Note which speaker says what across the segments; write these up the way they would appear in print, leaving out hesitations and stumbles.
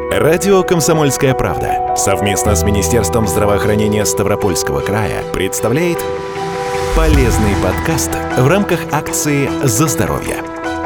Speaker 1: Радио «Комсомольская правда» совместно с Министерством здравоохранения Ставропольского края представляет полезный подкаст в рамках акции «За здоровье».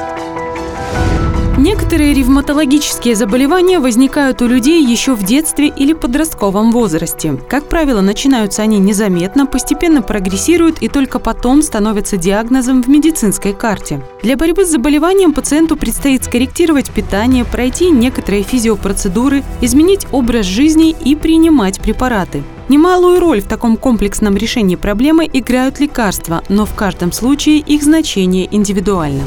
Speaker 2: Некоторые ревматологические заболевания возникают у людей еще в детстве или подростковом возрасте. Как правило, начинаются они незаметно, постепенно прогрессируют и только потом становятся диагнозом в медицинской карте. Для борьбы с заболеванием пациенту предстоит скорректировать питание, пройти некоторые физиопроцедуры, изменить образ жизни и принимать препараты. Немалую роль в таком комплексном решении проблемы играют лекарства, но в каждом случае их значение индивидуально.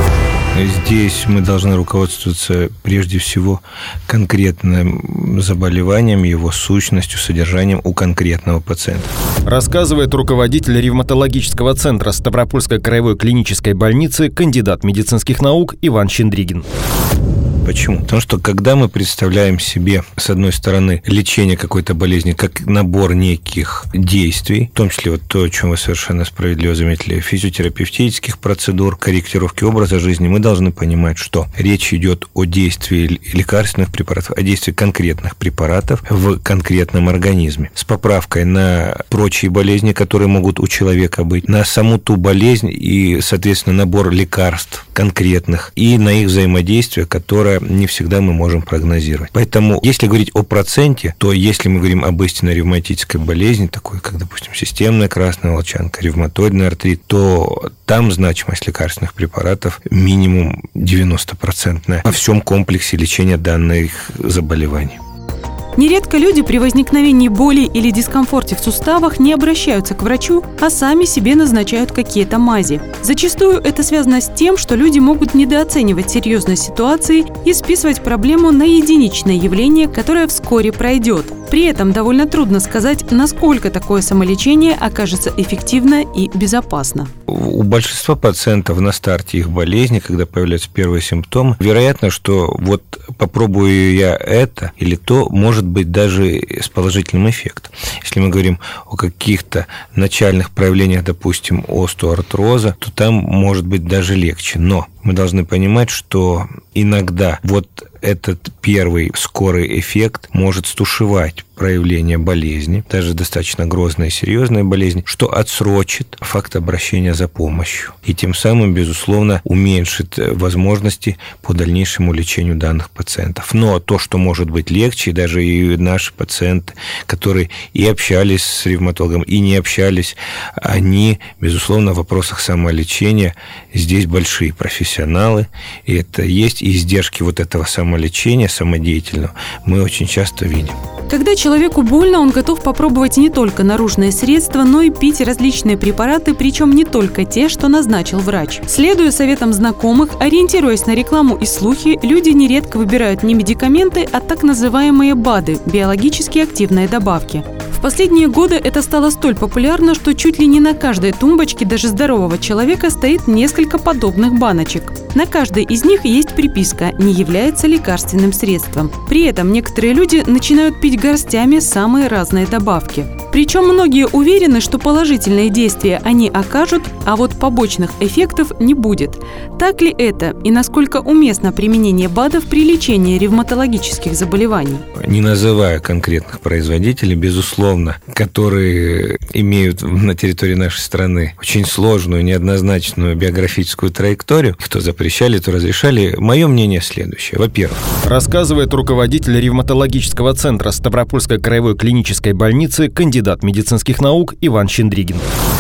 Speaker 3: Здесь мы должны руководствоваться прежде всего конкретным заболеванием, его сущностью, содержанием у конкретного пациента.
Speaker 4: Рассказывает руководитель ревматологического центра Ставропольской краевой клинической больницы, кандидат медицинских наук Иван Щендригин.
Speaker 3: Почему? Потому что когда мы представляем себе, с одной стороны, лечение какой-то болезни как набор неких действий, в том числе вот то, о чем вы совершенно справедливо заметили, физиотерапевтических процедур, корректировки образа жизни, мы должны понимать, что речь идет о действии лекарственных препаратов, о действии конкретных препаратов в конкретном организме, с поправкой на прочие болезни, которые могут у человека быть, на саму ту болезнь и, соответственно, набор лекарств конкретных и на их взаимодействие, которое не всегда мы можем прогнозировать. Поэтому, если говорить о проценте, то если мы говорим об истинной ревматической болезни, такой как, допустим, системная красная волчанка, ревматоидный артрит, то там значимость лекарственных препаратов минимум 90% во всем комплексе лечения данных заболеваний.
Speaker 2: Нередко люди при возникновении боли или дискомфорте в суставах не обращаются к врачу, а сами себе назначают какие-то мази. Зачастую это связано с тем, что люди могут недооценивать серьезность ситуации и списывать проблему на единичное явление, которое вскоре пройдет. При этом довольно трудно сказать, насколько такое самолечение окажется эффективно и безопасно.
Speaker 3: У большинства пациентов на старте их болезни, когда появляются первые симптомы, вероятно, что вот попробую я это или то, может быть даже с положительным эффектом. Если мы говорим о каких-то начальных проявлениях, допустим, остеоартроза, то там может быть даже легче. Но мы должны понимать, что иногда вот этот первый скорый эффект может стушевать проявление болезни, даже достаточно грозной и серьезной болезни, что отсрочит факт обращения за помощью и тем самым, безусловно, уменьшит возможности по дальнейшему лечению данных пациентов. Но то, что может быть легче, даже и наши пациенты, которые и общались с ревматологом, и не общались, они, безусловно, в вопросах самолечения здесь большие профессионалы, и это есть, и издержки вот этого самолечения, самодеятельного, мы очень часто видим.
Speaker 2: Когда человеку больно, он готов попробовать не только наружные средства, но и пить различные препараты, причем не только те, что назначил врач. Следуя советам знакомых, ориентируясь на рекламу и слухи, люди нередко выбирают не медикаменты, а так называемые БАДы – биологически активные добавки. В последние годы это стало столь популярно, что чуть ли не на каждой тумбочке даже здорового человека стоит несколько подобных баночек. На каждой из них есть приписка «Не является лекарственным средством». При этом некоторые люди начинают пить горстями самые разные добавки. Причем многие уверены, что положительные действия они окажут, а вот побочных эффектов не будет. Так ли это и насколько уместно применение БАДов при лечении ревматологических заболеваний?
Speaker 3: Не называя конкретных производителей, безусловно, которые имеют на территории нашей страны очень сложную, неоднозначную биографическую траекторию, кто запрещали, то разрешали, мое мнение следующее. Во-первых,
Speaker 4: рассказывает руководитель ревматологического центра Ставропольской краевой клинической больницы, кандидат медицинских наук Иван Щендригин.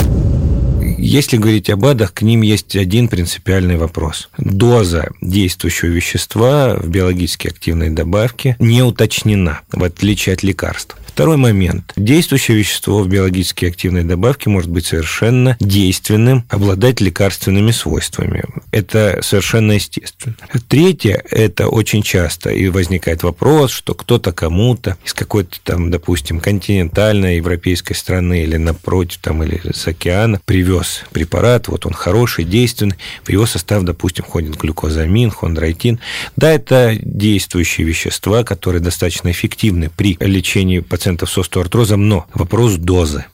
Speaker 3: Если говорить о БАДах, к ним есть один принципиальный вопрос. Доза действующего вещества в биологически активной добавке не уточнена, в отличие от лекарств. Второй момент. Действующее вещество в биологически активной добавке может быть совершенно действенным, обладать лекарственными свойствами. Это совершенно естественно. Третье, это очень часто и возникает вопрос, что кто-то кому-то из какой-то там, допустим, континентальной европейской страны или напротив, там, или с океана привез препарат, вот он хороший, действенный, в его состав, допустим, входит глюкозамин, хондроитин. Да, это действующие вещества, которые достаточно эффективны при лечении пациентов с остеоартрозом, но вопрос дозы.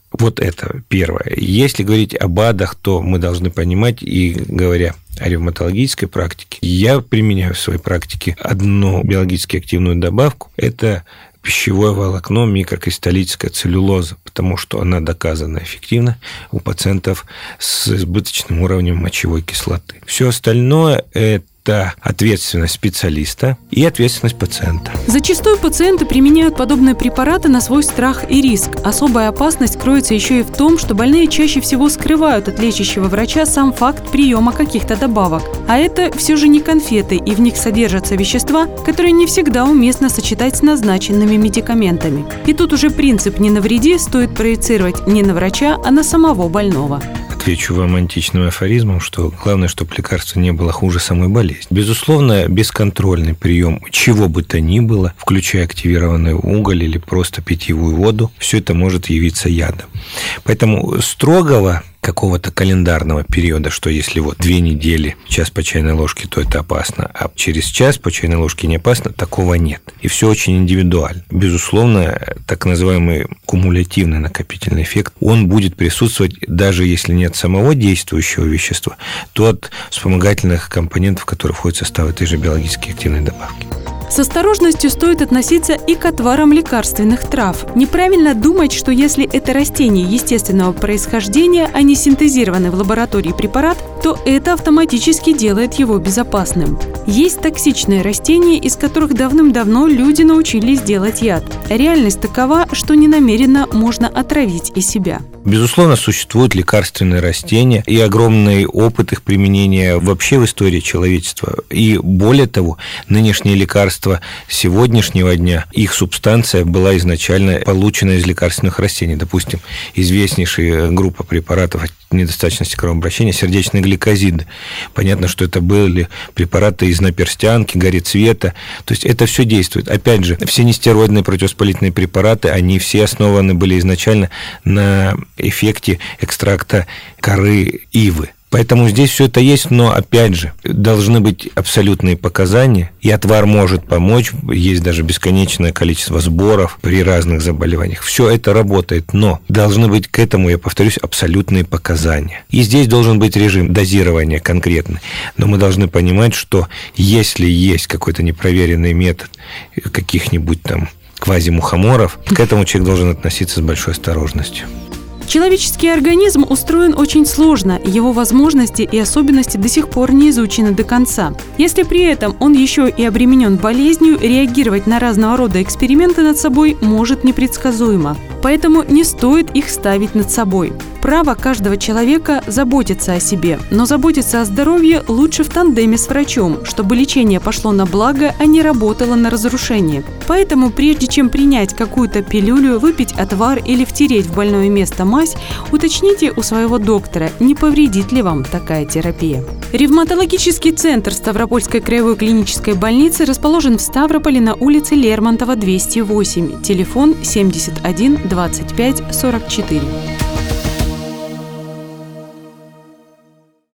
Speaker 3: Вот это первое. Если говорить об АДах, то мы должны понимать, и говоря о ревматологической практике, я применяю в своей практике одну биологически активную добавку. Это пищевое волокно, микрокристаллическая целлюлоза, потому что она доказана эффективна у пациентов с избыточным уровнем мочевой кислоты. Все остальное – это ответственность специалиста и ответственность пациента.
Speaker 2: Зачастую пациенты применяют подобные препараты на свой страх и риск. Особая опасность кроется еще и в том, что больные чаще всего скрывают от лечащего врача сам факт приема каких-то добавок. А это все же не конфеты, и в них содержатся вещества, которые не всегда уместно сочетать с назначенными медикаментами. И тут уже принцип «не навреди» стоит проецировать не на врача, а на самого больного.
Speaker 3: Отвечу вам античным афоризмом, что главное, чтобы лекарство не было хуже самой болезни. Безусловно, бесконтрольный прием чего бы то ни было, включая активированный уголь или просто питьевую воду, все это может явиться ядом. Поэтому строгого какого-то календарного периода, что если 2 недели, час по чайной ложке, то это опасно, а через час по чайной ложке не опасно, такого нет. И все очень индивидуально. Безусловно, так называемый кумулятивный накопительный эффект, он будет присутствовать, даже если нет самого действующего вещества, то от вспомогательных компонентов, которые входят в состав этой же биологически активной добавки.
Speaker 2: С осторожностью стоит относиться и к отварам лекарственных трав. Неправильно думать, что если это растение естественного происхождения, а не синтезированный в лаборатории препарат, то это автоматически делает его безопасным. Есть токсичные растения, из которых давным-давно люди научились делать яд. Реальность такова, что ненамеренно можно отравить и себя.
Speaker 3: Безусловно, существуют лекарственные растения и огромный опыт их применения вообще в истории человечества. И более того, нынешние лекарства сегодняшнего дня, их субстанция была изначально получена из лекарственных растений. Допустим, известнейшая группа препаратов от недостаточности кровообращения – сердечные гликозиды. Понятно, что это были препараты из наперстянки, горецвета. То есть это все действует. Опять же, все нестероидные противовоспалительные препараты, они все основаны были изначально на эффекте экстракта коры ивы. Поэтому здесь все это есть, но, опять же, должны быть абсолютные показания, и отвар может помочь, есть даже бесконечное количество сборов при разных заболеваниях. Все это работает, но должны быть к этому, я повторюсь, абсолютные показания. И здесь должен быть режим дозирования конкретный. Но мы должны понимать, что если есть какой-то непроверенный метод каких-нибудь там квазимухоморов, к этому человек должен относиться с большой осторожностью.
Speaker 2: Человеческий организм устроен очень сложно, его возможности и особенности до сих пор не изучены до конца. Если при этом он еще и обременен болезнью, реагировать на разного рода эксперименты над собой может непредсказуемо. Поэтому не стоит их ставить над собой. Право каждого человека заботиться о себе, но заботиться о здоровье лучше в тандеме с врачом, чтобы лечение пошло на благо, а не работало на разрушение. Поэтому прежде чем принять какую-то пилюлю, выпить отвар или втереть в больное место мазь, уточните у своего доктора, не повредит ли вам такая терапия. Ревматологический центр Ставропольской краевой клинической больницы расположен в Ставрополе на улице Лермонтова, 208. Телефон 71 25 44.